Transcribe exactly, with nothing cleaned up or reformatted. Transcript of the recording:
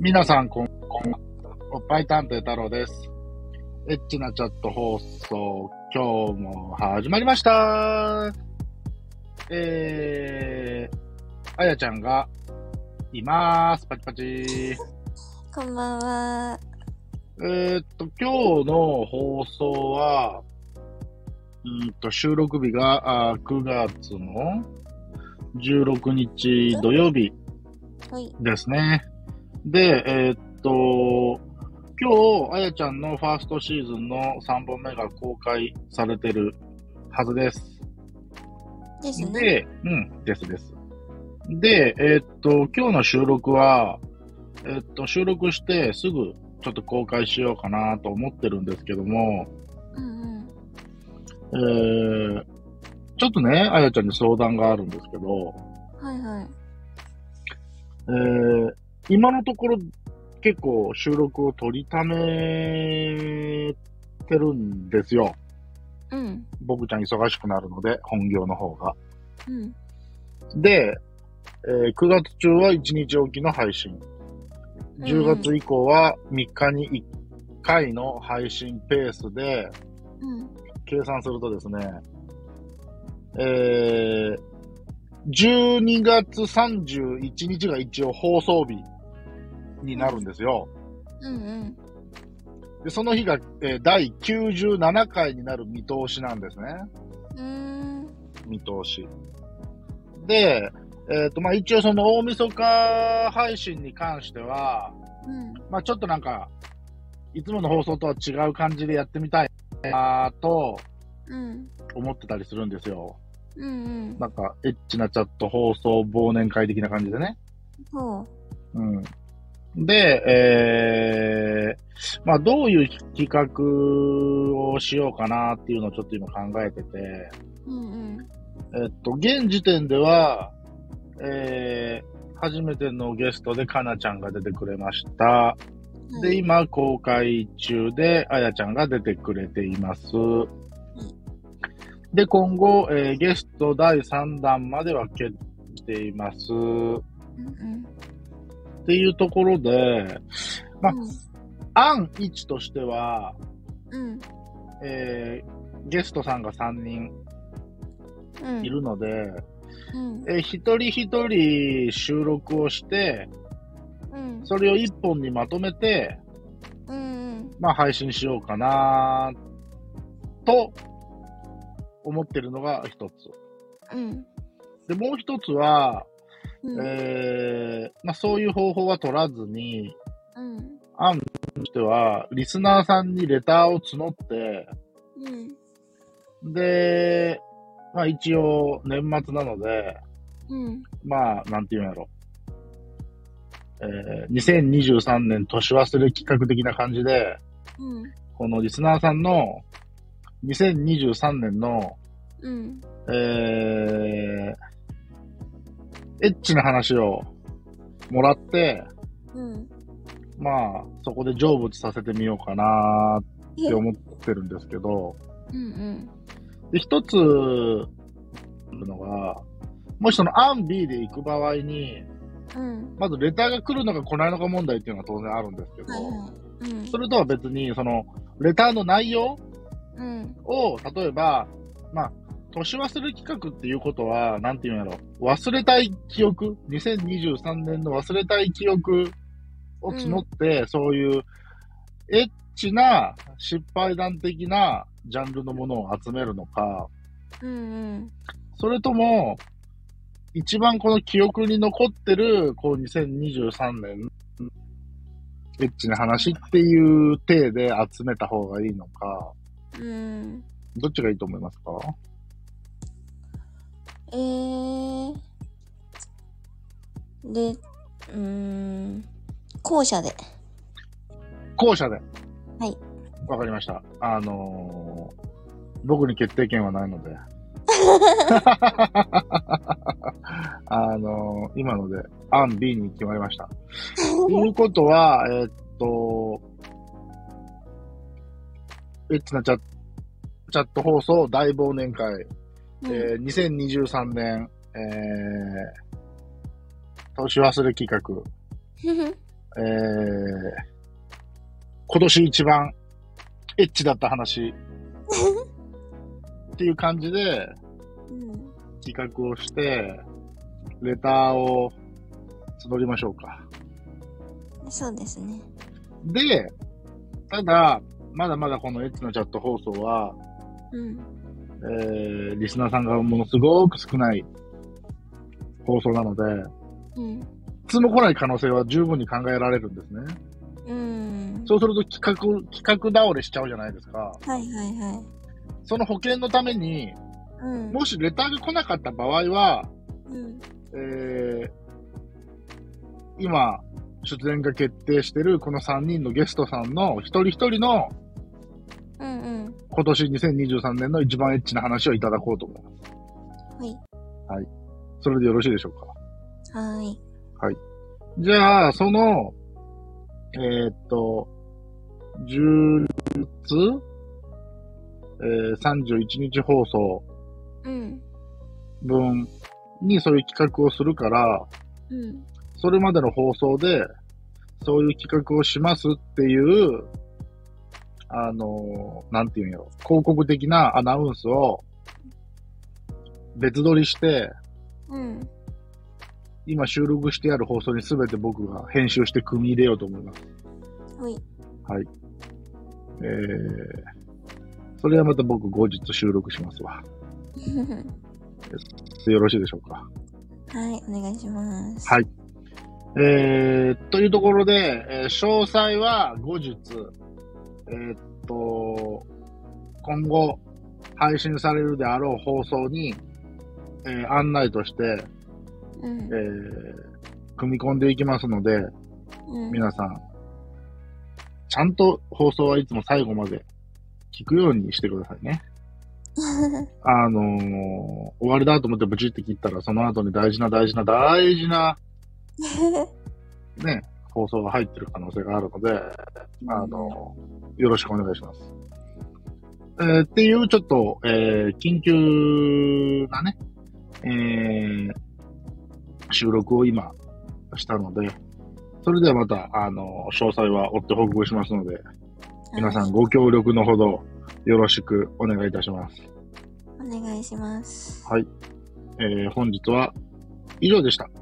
皆さん、こんこんばんは。おっぱい探偵太郎です。エッチなチャット放送、今日も始まりました。えー、あやちゃんがいます。パチパチ。 こんばんは。 えーっと、今日の放送は、うんと収録日があくがつのじゅうろくにち土曜日ですね。で、えーっと、今日、あやちゃんのファーストシーズンのさんぼんめが公開されてるはずです。 ですね。 で、うん、ですです。で、えーっと、今日の収録は、えーっと、収録してすぐちょっと公開しようかなと思ってるんですけども、 うんえー、ちょっとね、あやちゃんに相談があるんですけど、 うん。はいはい。 えー、今のところ結構収録を取りためてるんですよ。 うん。 僕ちゃん忙しくなるので、本業の方が。 うん。 で、えー、くがつ中はいちにちおきの配信。じゅうがつ以降はみっかにいっかいの配信ペースで、 うん。 計算するとですね、えー、じゅうにがつさんじゅういちにちが一応放送日になるんですよ。 うんうん。 で、その日が、えー、だいきゅうじゅうななかいになる見通しなんですね。 うーん。 見通し。で、えっと、まあ、一応その大晦日配信に関しては、 うん。 まあ、ちょっとなんか、いつもの放送とは違う感じでやってみたいなとうん。 思ってたりするんですよ。 うんうん。 なんか、エッチなチャット放送忘年会的な感じでね。 ほうん。で、えー、まあ、どういう企画をしようかなっていうのをちょっと今考えてて、 う。うんうん。 えっと、現時点では、えー、初めてのゲストでかなちゃんが出てくれました。 はで、 い。 今公開中であやちゃんが出てくれています。で、今後、えー、ゲストだいさんだんまでは決定います。 うんうん。 っていうところで、まあ、 うん案いちとしては、 うん。 えー、ゲストさんがさんにんうん。 いるので、 うん。 えー、一人一人収録をして、 うん。 それを一本にまとめて、 うん。 まあ配信しようかなと思ってるのが一つ。 うん。 で、もう一つは、 うん。 えー、まあそういう方法は取らずに、 うん。 案としては、リスナーさんにレターを募って、 うん。 で、まあ一応年末なので、 うん。 まあ、なんていうんやろ。えー、にせんにじゅうさんねん年忘れ企画的な感じで、 うん。 このリスナーさんのにせんにじゅうさんねんの、 うん。 えー、エッチな話をもらって、 うん。 まあ、そこで成仏させてみようかなって思ってるんですけど、 うんうん。 で、一つ、のが、もしその案 B で行く場合に、 うん。 まずレターが来るのか来ないのか問題っていうのが当然あるんですけど、 はいはい。うん。 それとは別に、その、レターの内容うん。 を、例えば、まあ、年忘れ企画っていうことは、なんていうんやろ、忘れたい記憶、にせんにじゅうさんねんの忘れたい記憶を募って、うん、そういうエッチな失敗談的なジャンルのものを集めるのか、 うんうん、 それとも、一番この記憶に残ってる、こうにせんにじゅうさんねん、エッチな話っていう体で集めた方がいいのか、 うん、 どっちがいいと思いますか？ えー、で、うーん、後者で。 後者で。 はい。 わかりました。あのー、僕に決定権はないので。あのー、今ので、案 B に決まりました。ということは、えー、っと、エッチなチャット、チャット放送大忘年会、うん、えー、にせんにじゅうさんねん、えー、年忘れ企画えー、今年一番エッチだった話っていう感じでうん。 企画をして、レターを募りましょうか。 そうですね。 で、ただ、まだまだこのエッチなチャット放送は、 うん。 えー、リスナーさんがものすごく少ない放送なので、 うん。 いつも来ない可能性は十分に考えられるんですね。 うん。 そうすると企画、企画倒れしちゃうじゃないですか。 はいはいはい。 その保険のために、 うん。 もしレターが来なかった場合は、 うん。 えー、今、出演が決定してるこのさんにんのゲストさんの一人一人のうんうん。 今年にせんにじゅうさんねんの一番エッチな話をいただこうと思います。 はい。 はい。それでよろしいでしょうか。 はい。 はい。じゃあ、その、えー、っと、じゅうがつ、えー、さんじゅういちにち放送うん。 分にそういう企画をするから、 うん。 それまでの放送で、そういう企画をしますっていう、あのー、なんていうんやろ、広告的なアナウンスを別撮りして、 うん。 今収録してある放送にすべて僕が編集して組み入れようと思います。 はい。 はい。えー、それはまた僕後日収録しますわ。よろしいでしょうか。 はい、お願いします。 はい。えー、というところで、えー詳細は後日、えーっと、今後配信されるであろう放送に、えー案内として、 うん。 えー組み込んでいきますので、 うん。 皆さん、ちゃんと放送はいつも最後まで聞くようにしてくださいね。あのー終わりだと思ってブチって切ったら、その後に大事な大事な大事な、ね、放送が入ってる可能性があるので、あのーよろしくお願いします。えーっていう、ちょっと、えー緊急なね、えー収録を今したので、それではまた、あのー詳細は追って報告しますので、皆さんご協力のほどよろしくお願いいたします。 お願いします。 はい。えー本日は以上でした。